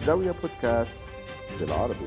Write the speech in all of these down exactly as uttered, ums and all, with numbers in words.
الزاوية بودكاست بالعربي.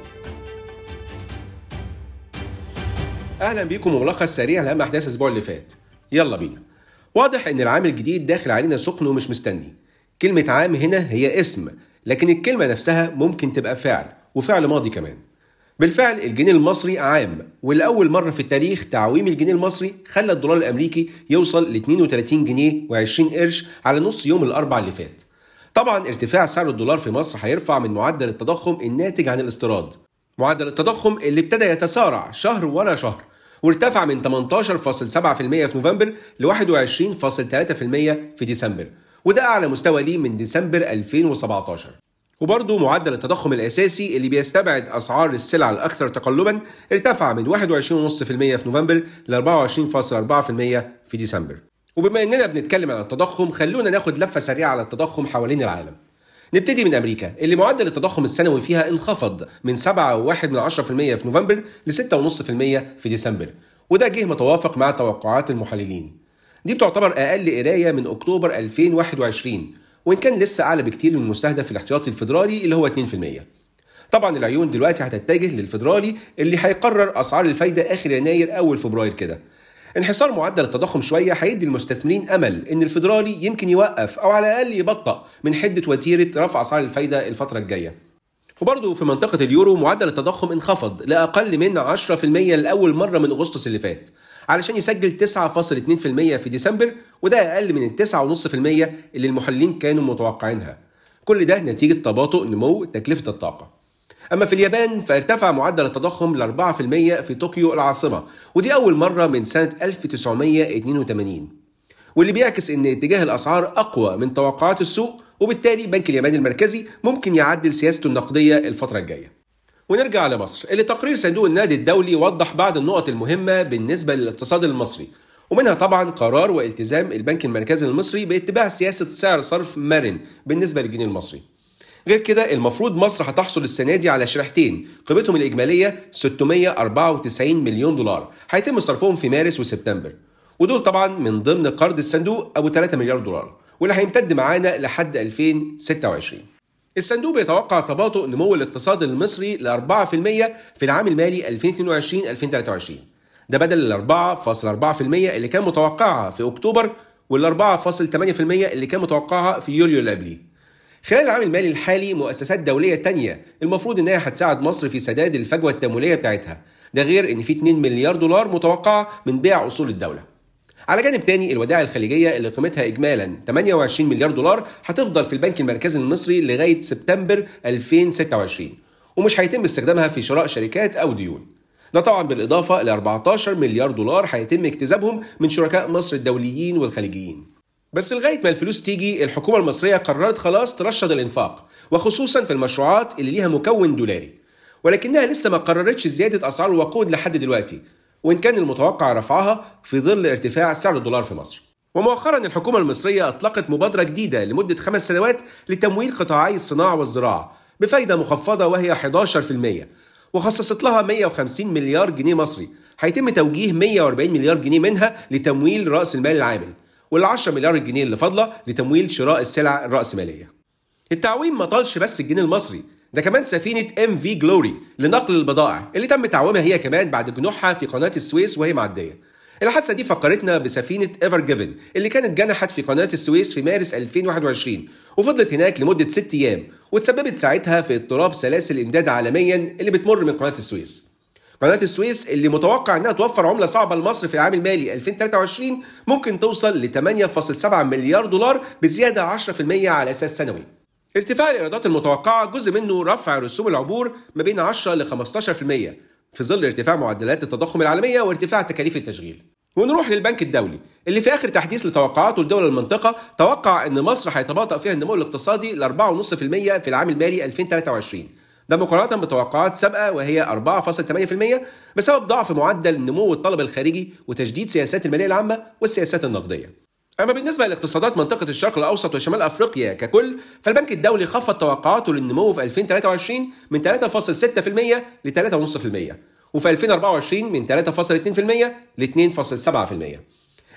أهلا بيكم وملخص سريع لأهم أحداث الأسبوع اللي فات. يلا بينا. واضح إن العام الجديد داخل علينا سخن ومش مستني. كلمة عام هنا هي اسم، لكن الكلمة نفسها ممكن تبقى فعل، وفعل ماضي كمان. بالفعل الجنيه المصري عام، ولأول مرة في التاريخ تعويم الجنيه المصري خلى الدولار الأمريكي يوصل ل اثنين وثلاثين جنيه وعشرين قرش على نص يوم الأربع اللي فات. طبعا ارتفاع سعر الدولار في مصر هيرفع من معدل التضخم الناتج عن الاستيراد. معدل التضخم اللي ابتدى يتسارع شهر ورا شهر، وارتفع من ثمانية عشر فاصلة سبعة بالمية في نوفمبر ل واحد وعشرين فاصلة ثلاثة بالمية في ديسمبر، وده أعلى مستوى ليه من ديسمبر ألفين وسبعة عشر. وبرضه معدل التضخم الأساسي اللي بيستبعد أسعار السلع الأكثر تقلبا ارتفع من واحد وعشرين فاصلة خمسة بالمية في نوفمبر ل أربعة وعشرين فاصلة أربعة بالمية في ديسمبر. وبما إننا بنتكلم عن التضخم، خلونا ناخد لفة سريعة على التضخم حوالين العالم. نبتدي من أمريكا اللي معدل التضخم السنوي فيها انخفض من سبعة فاصلة واحد بالمية في نوفمبر ل ستة فاصلة خمسة بالمية في ديسمبر، وده جه متوافق مع توقعات المحللين. دي بتعتبر أقل قراية من أكتوبر ألفين وواحد وعشرين، وإن كان لسه أعلى بكتير من المستهدف الاحتياطي الفيدرالي اللي هو اثنين بالمية. طبعا العيون دلوقتي هتتجه للفيدرالي اللي هيقرر أسعار الفايدة آخر يناير أول فبراير كده. انحسار معدل التضخم شوية هيدي المستثمرين أمل إن الفيدرالي يمكن يوقف أو على الأقل يبطأ من حدة وتيرة رفع أسعار الفايدة الفترة الجاية. وبرضه في منطقة اليورو معدل التضخم انخفض لأقل من عشرة بالمية لأول مرة من أغسطس اللي فات، علشان يسجل تسعة فاصلة اثنين بالمية في ديسمبر، وده أقل من التسعة فاصلة خمسة بالمية اللي المحللين كانوا متوقعينها. كل ده نتيجة تباطؤ نمو تكلفة الطاقة. أما في اليابان فارتفع معدل التضخم ل أربعة بالمية في طوكيو العاصمة، ودي أول مرة من سنة ألف وتسعمية واثنين وثمانين، واللي بيعكس إن اتجاه الأسعار أقوى من توقعات السوق، وبالتالي بنك اليابان المركزي ممكن يعدل سياسته النقدية الفترة الجاية. ونرجع لمصر اللي تقرير صندوق النقد الدولي وضح بعض النقط المهمة بالنسبة للاقتصاد المصري، ومنها طبعا قرار والتزام البنك المركزي المصري باتباع سياسة سعر صرف مرن بالنسبة للجنيه المصري. غير كده المفروض مصر هتحصل السنة دي على شريحتين قيمتهم الإجمالية ستمية وأربعة وتسعين مليون دولار هيتم صرفهم في مارس وسبتمبر، ودول طبعا من ضمن قرض الصندوق أبو ثلاثة مليار دولار، واللي هيمتد معانا لحد ألفين وستة وعشرين. الصندوق بيتوقع تباطؤ نمو الاقتصاد المصري ل أربعة بالمية في العام المالي ألفين واثنين وعشرين ألفين وثلاثة وعشرين، ده بدل ال أربعة فاصلة أربعة بالمية اللي كان متوقعها في أكتوبر وال أربعة فاصلة ثمانية بالمية اللي كان متوقعها في يوليو اللي قبليه. خلال العام المالي الحالي مؤسسات دولية تانية المفروض انها هتساعد مصر في سداد الفجوة التمويلية بتاعتها، ده غير ان في اثنين مليار دولار متوقعة من بيع اصول الدولة. على جانب تاني الودائع الخليجية اللي قيمتها اجمالا ثمانية وعشرين مليار دولار هتفضل في البنك المركزي المصري لغاية سبتمبر ألفين وستة وعشرين، ومش هيتم استخدامها في شراء شركات او ديون. ده طبعا بالاضافة ل أربعة عشر مليار دولار هيتم اكتسابهم من شركاء مصر الدوليين والخليجيين. بس لغاية ما الفلوس تيجي الحكومة المصرية قررت خلاص ترشد الانفاق، وخصوصا في المشروعات اللي ليها مكون دولاري، ولكنها لسه ما قررتش زيادة أسعار الوقود لحد دلوقتي، وإن كان المتوقع رفعها في ظل ارتفاع سعر الدولار في مصر. ومؤخرا الحكومة المصرية أطلقت مبادرة جديدة لمدة خمس سنوات لتمويل قطاعي الصناعة والزراعة بفايدة مخفضة وهي أحد عشر بالمية، وخصصت لها مية وخمسين مليار جنيه مصري، هيتم توجيه مية وأربعين مليار جنيه منها لتمويل رأس المال العامل، والعشرة مليار الجنيه اللي فاضله لتمويل شراء السلع الرأسمالية. التعويم ما طالش بس الجنيه المصري، ده كمان سفينة ام في جلوري لنقل البضائع اللي تم تعويمها هي كمان بعد جنوحها في قناة السويس وهي معدية. الحادثة دي فكرتنا بسفينة ايفر جيفن اللي كانت جنحت في قناة السويس في مارس ألفين وواحد وعشرين، وفضلت هناك لمدة ست أيام، وتسببت ساعتها في اضطراب سلاسل الإمداد عالميا اللي بتمر من قناة السويس. قناة السويس اللي متوقع انها توفر عملة صعبة لمصر في العام المالي ألفين وثلاثة وعشرين ممكن توصل ل ثمانية فاصلة سبعة مليار دولار بزيادة عشرة بالمية على اساس سنوي. ارتفاع الايرادات المتوقعة جزء منه رفع رسوم العبور ما بين عشرة ل خمسة عشر بالمية في ظل ارتفاع معدلات التضخم العالمية وارتفاع تكاليف التشغيل. ونروح للبنك الدولي اللي في آخر تحديث لتوقعاته لدول المنطقة توقع ان مصر هيتباطأ فيها النمو الاقتصادي ل أربعة فاصلة خمسة بالمية في العام المالي ألفين وثلاثة وعشرين، ده مقارنة بتوقعات سابقة وهي أربعة فاصلة ثمانية بالمية بسبب ضعف معدل نمو الطلب الخارجي وتشديد سياسات المالية العامة والسياسات النقدية. أما بالنسبة لاقتصادات منطقة الشرق الأوسط وشمال أفريقيا ككل، فالبنك الدولي خفض توقعاته للنمو في ألفين وثلاثة وعشرين من ثلاثة فاصلة ستة بالمية ل ثلاثة فاصلة خمسة بالمية، وفي ألفين وأربعة وعشرين من ثلاثة فاصلة اثنين بالمية ل اثنين فاصلة سبعة بالمية.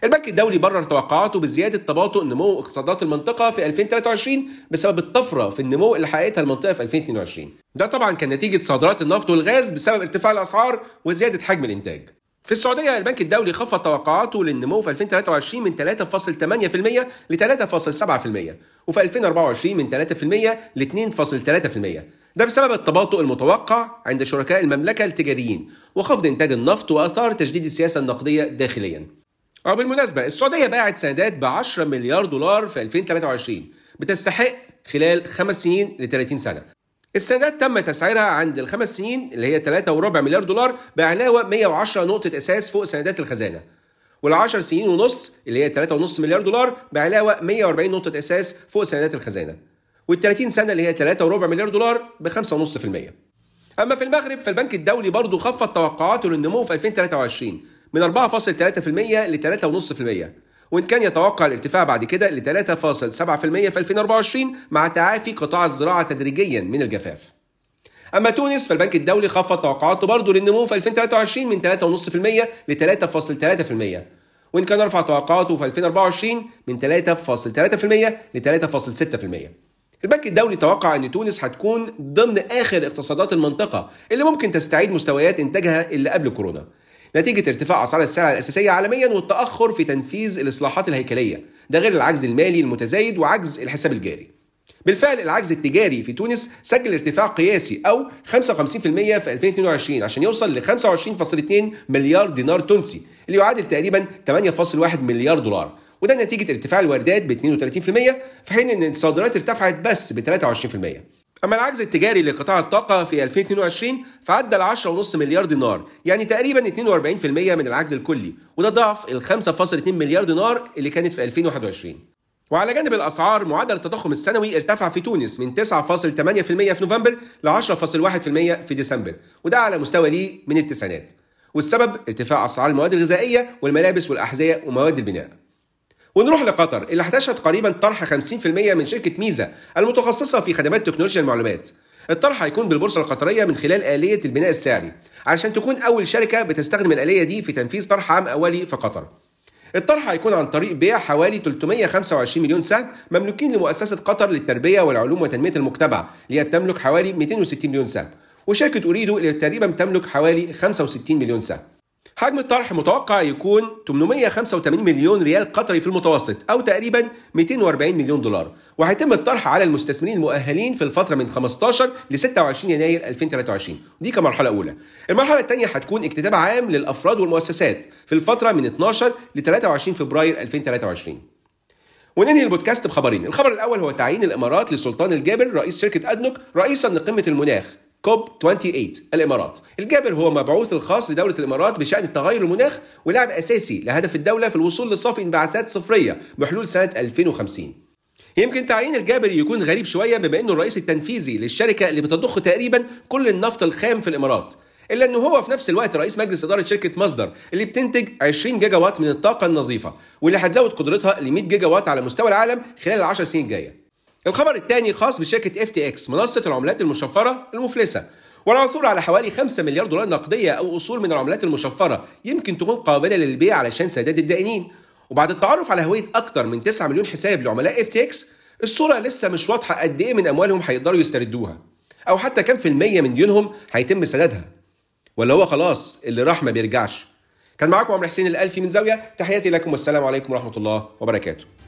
البنك الدولي برر توقعاته بزيادة تباطؤ نمو اقتصادات المنطقة في ألفين وثلاثة وعشرين بسبب الطفرة في النمو اللي حققتها المنطقة في ألفين واثنين وعشرين. ده طبعا كان نتيجة صادرات النفط والغاز بسبب ارتفاع الأسعار وزيادة حجم الإنتاج. في السعودية البنك الدولي خفض توقعاته للنمو في ألفين وثلاثة وعشرين من ثلاثة فاصلة ثمانية بالمئة ل ثلاثة فاصلة سبعة بالمئة، وفي ألفين وأربعة وعشرين من ثلاثة بالمئة ل اثنين فاصلة ثلاثة بالمئة. ده بسبب التباطؤ المتوقع عند شركاء المملكة التجاريين وخفض إنتاج النفط وآثار تجديد السياسة النقدية داخليا. وبالمناسبة السعودية باعت سندات ب عشرة مليار دولار في ألفين وثلاثة وعشرين بتستحق خلال خمس سنين ل ثلاثين سنة. السندات تم تسعيرها عند الخمس سنين اللي هي ثلاثة وربع مليار دولار بعلاوة مئة وعشرة نقطة أساس فوق سندات الخزانة، والعشر سنين ونص اللي هي ثلاثة فاصلة خمسة مليار دولار بعلاوة مئة وأربعين نقطة أساس فوق سندات الخزانة، والثلاثين سنة اللي هي ثلاثة وربع مليار دولار ب خمسة فاصلة خمسة بالمئة. أما في المغرب فالبنك الدولي برضه خفض توقعاته للنمو في ألفين وثلاثة وعشرين من أربعة فاصلة ثلاثة بالمئة ل ثلاثة فاصلة خمسة بالمئة، وإن كان يتوقع الارتفاع بعد كده ل ثلاثة فاصلة سبعة بالمئة في ألفين وأربعة وعشرين مع تعافي قطاع الزراعة تدريجيا من الجفاف. أما تونس فالبنك الدولي خفض توقعاته برضه للنمو في ألفين وثلاثة وعشرين من ثلاثة فاصلة خمسة بالمئة ل ثلاثة فاصلة ثلاثة بالمئة، وإن كان رفع توقعاته في ألفين وأربعة وعشرين من ثلاثة فاصلة ثلاثة بالمئة ل ثلاثة فاصلة ستة بالمئة. البنك الدولي توقع أن تونس هتكون ضمن آخر اقتصادات المنطقة اللي ممكن تستعيد مستويات إنتاجها اللي قبل كورونا نتيجة ارتفاع أسعار السلع الأساسية عالميا والتأخر في تنفيذ الإصلاحات الهيكلية، ده غير العجز المالي المتزايد وعجز الحساب الجاري. بالفعل العجز التجاري في تونس سجل ارتفاع قياسي أو خمسة وخمسين بالمئة في ألفين واثنين وعشرين عشان يوصل ل خمسة وعشرين فاصلة اثنين مليار دينار تونسي اللي يعادل تقريبا ثمانية فاصلة واحد مليار دولار، وده نتيجة ارتفاع الواردات ب اثنين وثلاثين بالمئة في حين ان الصادرات ارتفعت بس ب ثلاثة وعشرين بالمئة. اما العجز التجاري لقطاع الطاقة في ألفين واثنين وعشرين فعدى ال عشرة فاصلة خمسة مليار دينار، يعني تقريبا اثنين وأربعين بالمئة من العجز الكلي، وده ضعف ال خمسة فاصلة اثنين مليار دينار اللي كانت في ألفين وواحد وعشرين. وعلى جانب الأسعار معدل التضخم السنوي ارتفع في تونس من تسعة فاصلة ثمانية بالمئة في نوفمبر ل عشرة فاصلة واحد بالمئة في ديسمبر، وده على مستوى ليه من التسعينات، والسبب ارتفاع أسعار المواد الغذائية والملابس والأحذية ومواد البناء. ونروح لقطر اللي هتشهد قريبا طرح خمسين بالمئة من شركة ميزة المتخصصة في خدمات تكنولوجيا المعلومات. الطرح هيكون بالبورصة القطرية من خلال آلية البناء السعري علشان تكون أول شركة بتستخدم الآلية دي في تنفيذ طرح عام أولي في قطر. الطرح هيكون عن طريق بيع حوالي ثلاثمئة وخمسة وعشرين مليون سهم مملوكين لمؤسسة قطر للتربية والعلوم وتنمية المجتمع اللي هي بتملك حوالي مئتين وستين مليون سهم، وشركة أوريدو اللي تقريبا بتملك حوالي خمسة وستين مليون سهم. حجم الطرح متوقع يكون ثمانمئة وخمسة وثمانين مليون ريال قطري في المتوسط أو تقريبا مئتين وأربعين مليون دولار، وهيتم الطرح على المستثمرين المؤهلين في الفترة من خمستاشر ل ستة وعشرين يناير ألفين وثلاثة وعشرين، دي كمرحلة أولى. المرحلة الثانية هتكون اكتتاب عام للأفراد والمؤسسات في الفترة من اثناشر ل ثلاثة وعشرين فبراير ألفين وثلاثة وعشرين. وننهي البودكاست بخبرين. الخبر الأول هو تعيين الإمارات لسلطان الجابر رئيس شركة أدنوك رئيسا لقمة المناخ كوب ثمانية وعشرين الإمارات. الجابر هو مبعوث الخاص لدولة الإمارات بشأن التغير المناخ ولاعب أساسي لهدف الدولة في الوصول لصافي انبعاثات صفرية بحلول سنة ألفين وخمسين. يمكن تعيين الجابر يكون غريب شوية بما أنه الرئيس التنفيذي للشركة اللي بتضخ تقريبا كل النفط الخام في الإمارات، إلا أنه هو في نفس الوقت رئيس مجلس إدارة شركة مصدر اللي بتنتج عشرين جيجا وات من الطاقة النظيفة واللي هتزود قدرتها ل مئة جيجا وات على مستوى العالم خلال العشر سنين الجاية. الخبر الثاني خاص بشركة اف تي اكس منصة العملات المشفرة المفلسة، والعثور على حوالي خمسة مليار دولار نقدية أو أصول من العملات المشفرة يمكن تكون قابلة للبيع علشان سداد الدائنين. وبعد التعرف على هوية أكتر من تسعة مليون حساب لعملاء اف تي اكس الصورة لسه مش واضحة قد إيه من أموالهم هيقدروا يستردوها، أو حتى كم في المية من ديونهم هيتم سدادها، ولا هو خلاص اللي راح ما بيرجعش. كان معاكم عمرو حسين الألفي من زاوية، تحياتي لكم والسلام عليكم ورحمة الله وبركاته.